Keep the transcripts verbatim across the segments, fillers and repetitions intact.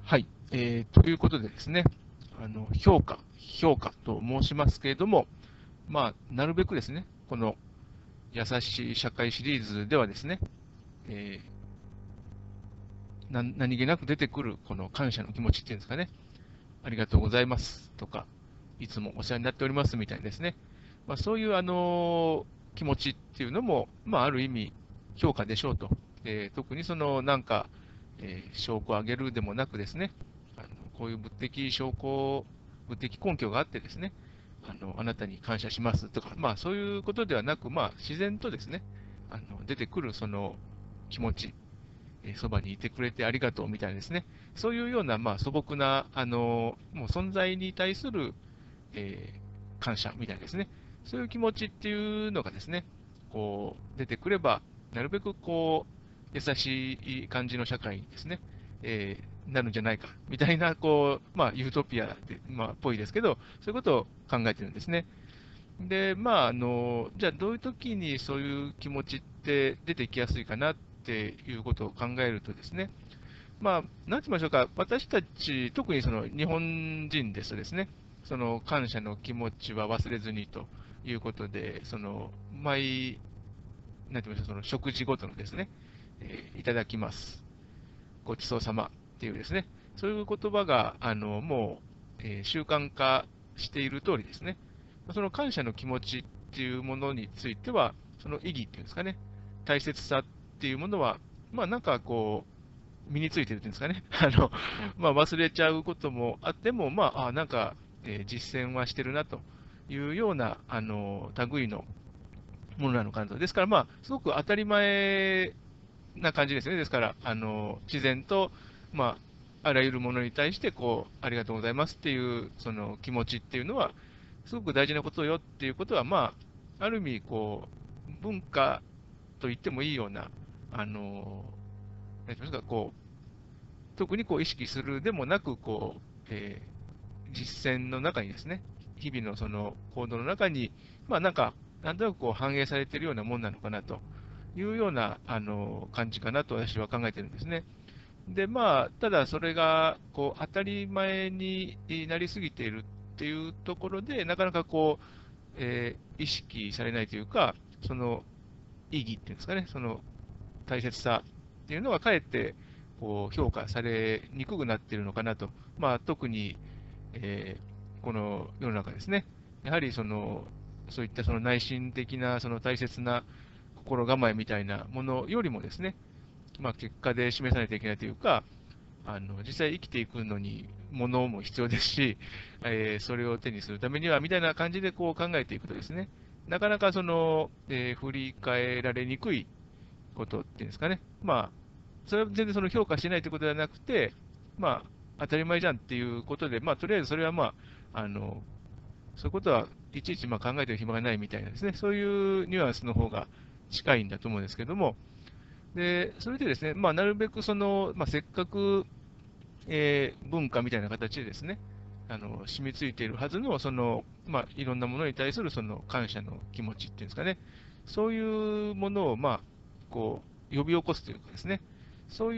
はい、えーということでですね、あの評価、評価と申しますけれども、まあ、なるべくですね、この優しい社会シリーズではですね、えーな何気なく出てくるこの感謝の気持ちっていうんですかね、ありがとうございますとか、いつもお世話になっておりますみたいなですね、まあ、そういう、あの気持ちっていうのも、まあ、ある意味、評価でしょうと。えー特にそのなんか、えー証拠を挙げるでもなくですね、あのこういう物的証拠、物的根拠があってですね、あのあなたに感謝しますとか、まあ、そういうことではなく、まあ、自然とですね、あの出てくるその気持ち、えそばにいてくれてありがとうみたいなですね、そういうような、まあ、素朴な、あのもう存在に対する、えー感謝みたいなですね、そういう気持ちっていうのがですね、こう出てくれば、なるべくこう優しい感じの社会にですね、えーなるんじゃないかみたいな、こうまあ、ユートピアで、まあ、っぽいですけど、そういうことを考えてるんですね。で、まあ、あの、じゃあどういう時にそういう気持ちって出てきやすいかなっていうことを考えるとですね、まあ、なんて言いましょうか、私たち、特にその日本人ですとですね、その感謝の気持ちは忘れずにということで、その毎、なんて言いましょう、その食事ごとのですね、えーいただきます、ごちそうさまっていうですね、そういう言葉が、あの、もう、えー習慣化している通りですね、その感謝の気持ちっていうものについては、その意義っていうんですかね、大切さっていうものは、まあなんかこう、身についてるっていうんですかね、あの、まあ忘れちゃうこともあっても、まあ、あなんか、えー実践はしてるなというような、あの、類のものなのかなと。ですから、まあ、すごく当たり前な感じですね。ですから、あの、自然と、まあ、あらゆるものに対して、こう、ありがとうございますっていう、その気持ちっていうのは、すごく大事なことよっていうことは、まあ、ある意味、こう、文化と言ってもいいような、あの、なんていうんですか、こう、特にこう意識するでもなく、こう、えー実践の中にですね、日々のその行動の中に、まあなんか、なんとなくこう反映されているようなもんなのかなというようなあの感じかなと私は考えてるんですね。で、まあ、ただそれがこう当たり前になりすぎているっていうところで、なかなかこう、えー意識されないというか、その意義っていうんですかね、その大切さっていうのはかえってこう評価されにくくなっているのかなと。まあ、特にえーこの世の中ですね、やはりそのそういったその内心的なその大切な心構えみたいなものよりもですね、まあ、結果で示さないといけないというか、あの実際生きていくのに物も必要ですし、えーそれを手にするためにはみたいな感じでこう考えていくとですね、なかなかその、えー振り返られにくいことっていうんですかね、まあ、それは全然その評価しないということではなくて、まあ、当たり前じゃんっていうことで、まあ、とりあえずそれはまあ、あの、そういうことはいちいちまあ考えてる暇がないみたいなですね、そういうニュアンスの方が近いんだと思うんですけども、で、それでですね、まあ、なるべくその、まあ、せっかく、えー文化みたいな形でですね、あの、染みついているはずの、その、まあ、いろんなものに対するその感謝の気持ちっていうんですかね、そういうものを、まあ、こう、呼び起こすというかですね、そういう、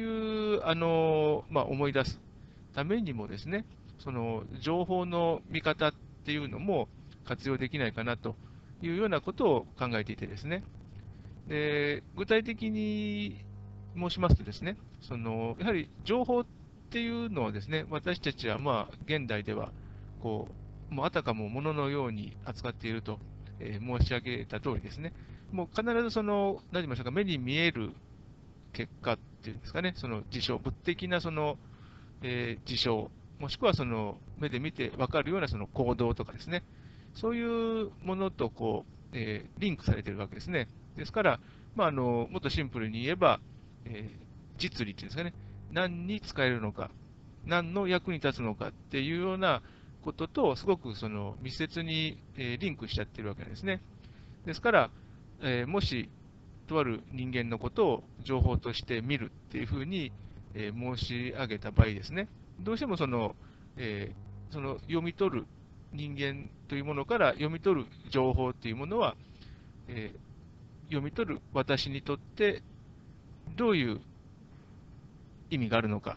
あの、まあ、思い出すためにもですね、その、情報の見方っていうのも活用できないかなというようなことを考えていてですね、で、具体的に申しますとですね、その、やはり情報っていうのをですね、私たちはまあ、現代では、こう、もうあたかももののように扱っていると、えー申し上げた通りですね、もう必ずその、何て言いましょうか、目に見える結果っていうんですかね、その事象、物的なその、えー事象、もしくはその目で見て分かるようなその行動とかですね、そういうものとこう、えーリンクされているわけですね。ですから、まあ、あのもっとシンプルに言えば、えー実利っていうんですかね、何に使えるのか、何の役に立つのかっていうようなことと、すごくその密接に、えーリンクしちゃってるわけなんですね。ですから、えーもし、とある人間のことを情報として見るっていうふうに、えー申し上げた場合ですね、どうしてもその、えーその読み取る人間というものから読み取る情報っていうものは、えー読み取る私にとってどういう意味があるのか、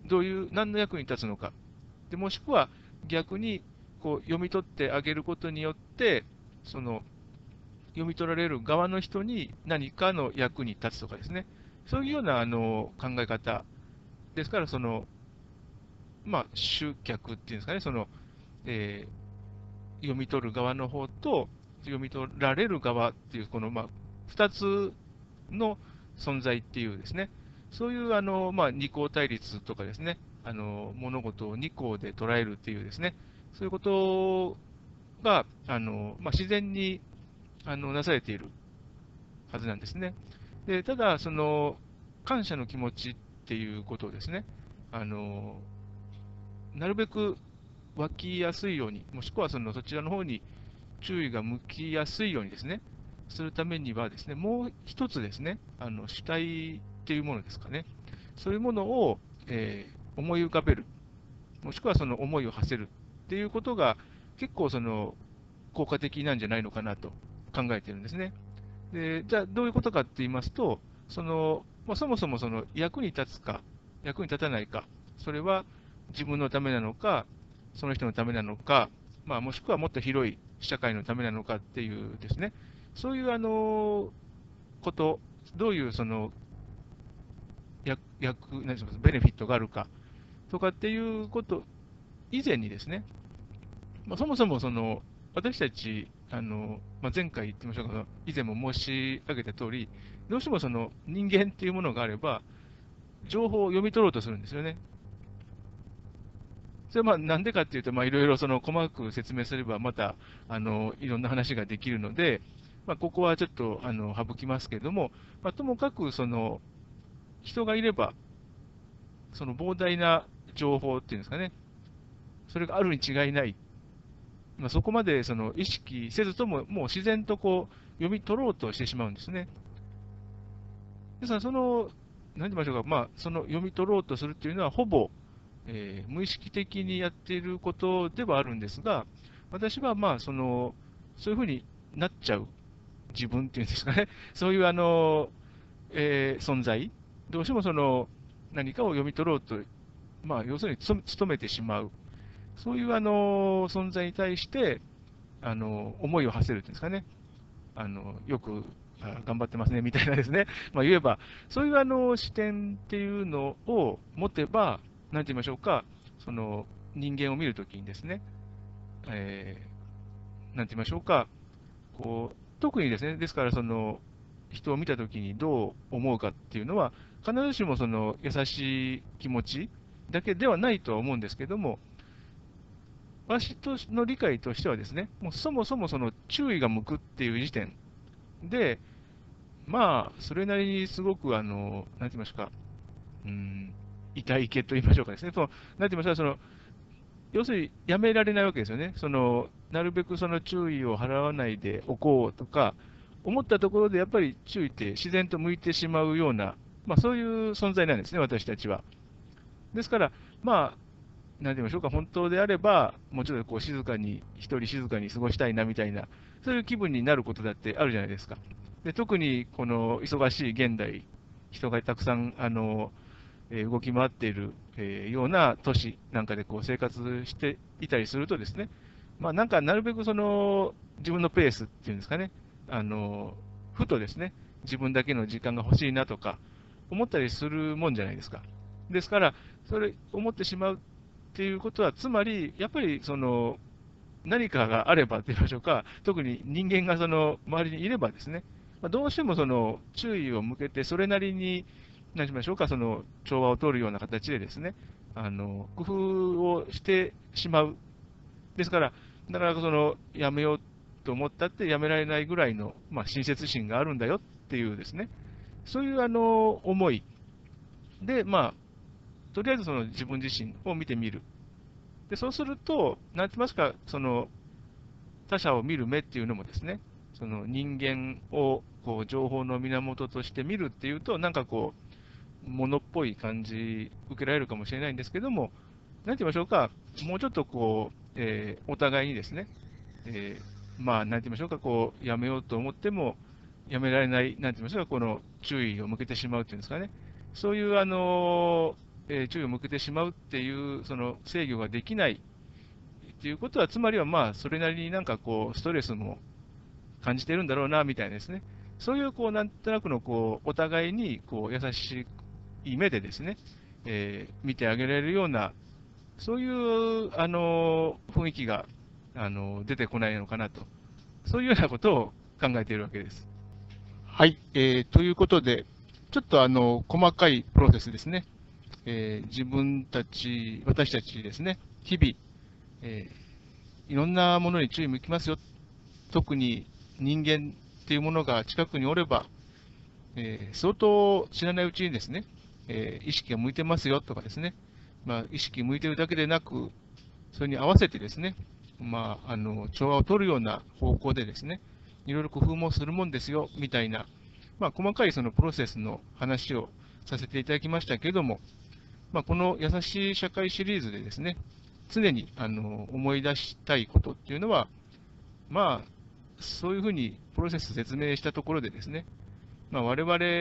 どういう、何の役に立つのか。でもしくは逆にこう読み取ってあげることによって、その読み取られる側の人に何かの役に立つとかですね、そういうようなあの考え方ですから、そのまあ、集客っていうんですかね、その、えー読み取る側の方と読み取られる側っていう、この、まあ、ふたつの存在っていうですね、そういうあの、まあ、二項対立とかですね、あの物事を二項で捉えるっていうですね、そういうことがあの、まあ、自然にあのなされているはずなんですね。でただ、その感謝の気持ちっていうことをですね、あのなるべく湧きやすいように、もしくはそのそちらの方に注意が向きやすいようにですね、するためにはですね、もう一つですね、あの主体っていうものですかね、そういうものを、えー思い浮かべる、もしくはその思いを馳せるっていうことが結構その効果的なんじゃないのかなと考えているんですね。で、じゃあどういうことかって言いますと、その、まあ、そもそもその役に立つか、役に立たないか、それは自分のためなのか、その人のためなのか、まあ、もしくはもっと広い社会のためなのかっていうですね、そういうあのこと、どういうその役、役何ですかベネフィットがあるかとかっていうこと以前にですね、まあ、そもそもその私たち、あのまあ、前回言ってみましょうか、以前も申し上げた通り、どうしてもその人間っていうものがあれば、情報を読み取ろうとするんですよね。それはまあなんでかっていうと、まあ、いろいろその細かく説明すれば、またあのいろんな話ができるので、まあ、ここはちょっとあの省きますけれども、まあ、ともかくその人がいれば、その膨大な情報っていうんですかね、それがあるに違いない、まあ、そこまでその意識せずとも、もう自然とこう読み取ろうとしてしまうんですね。ですから、その、なんて言いましょうか、まあ、その読み取ろうとするっていうのは、ほぼ、えー無意識的にやっていることではあるんですが、私はまあ、その、そういうふうになっちゃう自分っていうんですかね、そういうあの、えー存在、どうしてもその何かを読み取ろうと、まあ、要するにつ努めてしまう、そういうあの存在に対して、あの思いを馳せるっていうんですかね、あのよくあ頑張ってますねみたいなですね、まあ、言えば、そういうあの視点っていうのを持てば、なんて言いましょうか、その人間を見るときにですね、えーなんて言いましょうか、こう特にですね、ですからその、人を見たときにどう思うかっていうのは、必ずしもその優しい気持ちだけではないとは思うんですけども、私との理解としてはですね、もうそもそもその注意が向くっていう時点で、まあ、それなりにすごく、あの、なんて言いますか、うん、痛い系と言いましょうかですね、そのなんて言いますか、その、要するにやめられないわけですよね。その、なるべくその注意を払わないでおこうとか、思ったところでやっぱり注意って自然と向いてしまうような、まあそういう存在なんですね、私たちは。ですから、まあ、なんて言いましょうか、本当であれば、もうちょっとこう静かに、一人静かに過ごしたいなみたいな、そういう気分になることだってあるじゃないですか。で特にこの忙しい現代、人がたくさんあの、えー動き回っている、えーような都市なんかでこう生活していたりするとですね、まあ、なんかなるべくその自分のペースっていうんですかね、あのふとですね、自分だけの時間が欲しいなとか思ったりするもんじゃないですか。ですから、それ思ってしまうっていうことは、つまり、やっぱりその何かがあればと言いましょうか、特に人間がその周りにいればですね、まあ、どうしてもその注意を向けて、それなりに、何しましょうか、その調和を取るような形でですね、あの工夫をしてしまう。ですから、なかなかそのやめようと思ったってやめられないぐらいの、まあ、親切心があるんだよっていうですね、そういうあの思いで、まあ、とりあえずその自分自身を見てみる。で、そうすると、なんて言いますか、その他者を見る目っていうのもですね、その人間をこう情報の源として見るっていうと、なんかこう、物っぽい感じ受けられるかもしれないんですけども、なんて言いましょうか、もうちょっとこう、えーお互いにですね、えーまあ、なんて言いましょうか、こう、やめようと思っても、やめられない、なんて言いましょうか、この注意を向けてしまうっていうんですかね、そういう、あのえー注意を向けてしまうっていう、その制御ができないっていうことは、つまりはまあ、それなりになんかこう、ストレスも感じてるんだろうな、みたいなですね。そういう、こう、なんとなくの、こう、お互いに、こう、優しい目でですね、えー見てあげられるような、そういう、あの、雰囲気が、あの、出てこないのかなと。そういうようなことを考えているわけです。はい、えーということで、ちょっとあの細かいプロセスですね、えー自分たち、私たちですね、日々、えーいろんなものに注意向きますよ、特に人間っていうものが近くにおれば、えー相当知らないうちにですね、えー意識が向いてますよとかですね、まあ、意識向いてるだけでなく、それに合わせてですね、まあ、あの調和を取るような方向でですね、いろいろ工夫もするもんですよみたいな、まあ、細かいそのプロセスの話をさせていただきましたけれども、まあ、この優しい社会シリーズでですね、常にあの思い出したいことっていうのは、まあ、そういうふうにプロセス説明したところでですね、まあ、我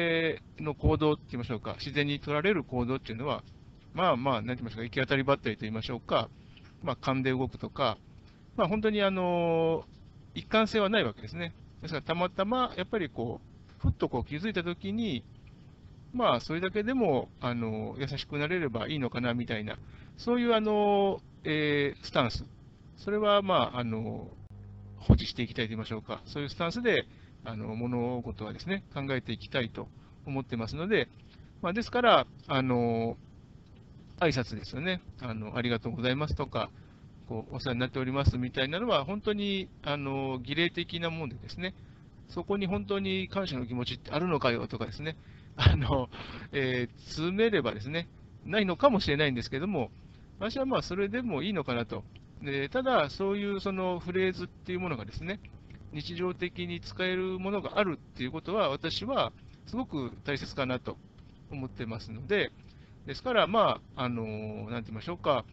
々の行動って言いましょうか、自然に取られる行動っていうのは、まあまあ、なんて言いますか、行き当たりばったりと言いましょうか、まあ、勘で動くとか、まあ、本当にあの一貫性はないわけですね。ですから、たまたまやっぱりこう、ふっとこう気づいたときに、まあ、それだけでもあの優しくなれればいいのかなみたいな、そういうあの、えースタンス、それはまああの保持していきたいと言いましょうか、そういうスタンスであの物事はですね考えていきたいと思ってますので、まあ、ですから、あの挨拶ですよね、あの、ありがとうございますとか、こうお世話になっておりますみたいなのは、本当にあの儀礼的なものでですね、そこに本当に感謝の気持ちってあるのかよとかですね、あの、えー詰めればですね、ないのかもしれないんですけども、私はまあそれでもいいのかなと。でただ、そういうそのフレーズっていうものがですね、日常的に使えるものがあるっていうことは、私はすごく大切かなと思ってますので、ですから、まあ、あの、なんて言いましょうか、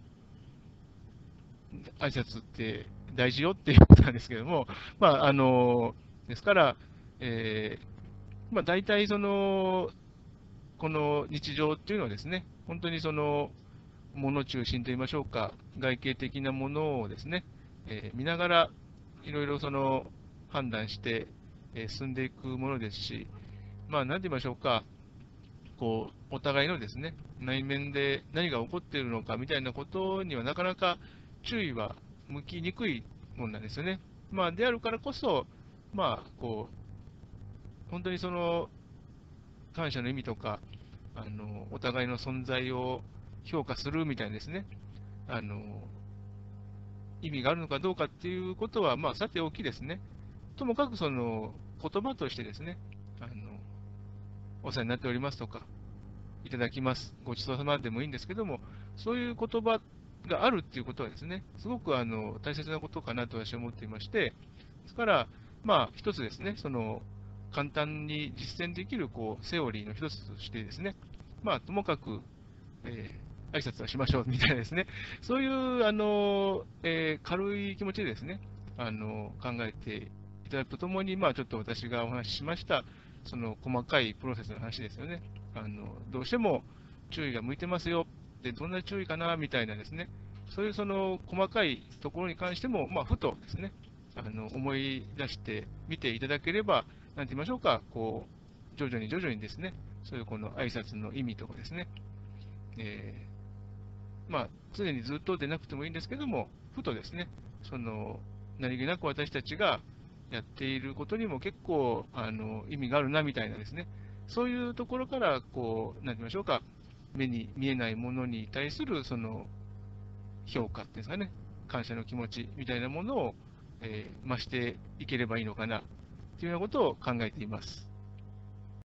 挨拶って大事よっていうことなんですけども、まあ、あの、ですから、えーまあ、大体その、この日常っていうのはですね、本当にその、もの中心といいましょうか、外形的なものをですね、えー見ながら、いろいろその判断して、えー進んでいくものですし、まあ、なんて言いましょうか、こう、お互いのですね、内面で何が起こっているのかみたいなことにはなかなか注意は向きにくいものなんですよね。まあ、であるからこそ、まあ、こう、本当にその感謝の意味とか、あの、お互いの存在を評価するみたいなですね、あの、意味があるのかどうかっていうことは、まあ、さておきですね、ともかくその言葉としてですね、あの、お世話になっておりますとか、いただきます、ごちそうさまでもいいんですけども、そういう言葉があるっていうことはですね、すごくあの大切なことかなと私は思っていまして、ですから、まあ、一つですね、その簡単に実践できるこうセオリーの一つとしてですね、まあ、ともかく、えー挨拶はしましょうみたいなですね、そういうあの、えー軽い気持ちでですね、あの考えていただくとともに、まあ、ちょっと私がお話ししました、その細かいプロセスの話ですよね。あのどうしても注意が向いてますよ、でどんな注意かなみたいなですね、そういうその細かいところに関しても、まあ、ふとですね、あの思い出してみていただければ、なんて言いましょうか、こう徐々に徐々にですね、そういうこの挨拶の意味とかですね、えーまあ、常にずっとでなくてもいいんですけども、ふとですね、その何気なく私たちがやっていることにも結構あの意味があるなみたいなですね、そういうところから、こう、なんて言いましょうか、目に見えないものに対するその評価っていうんですかね、感謝の気持ちみたいなものを、えー増していければいいのかなというようなことを考えています。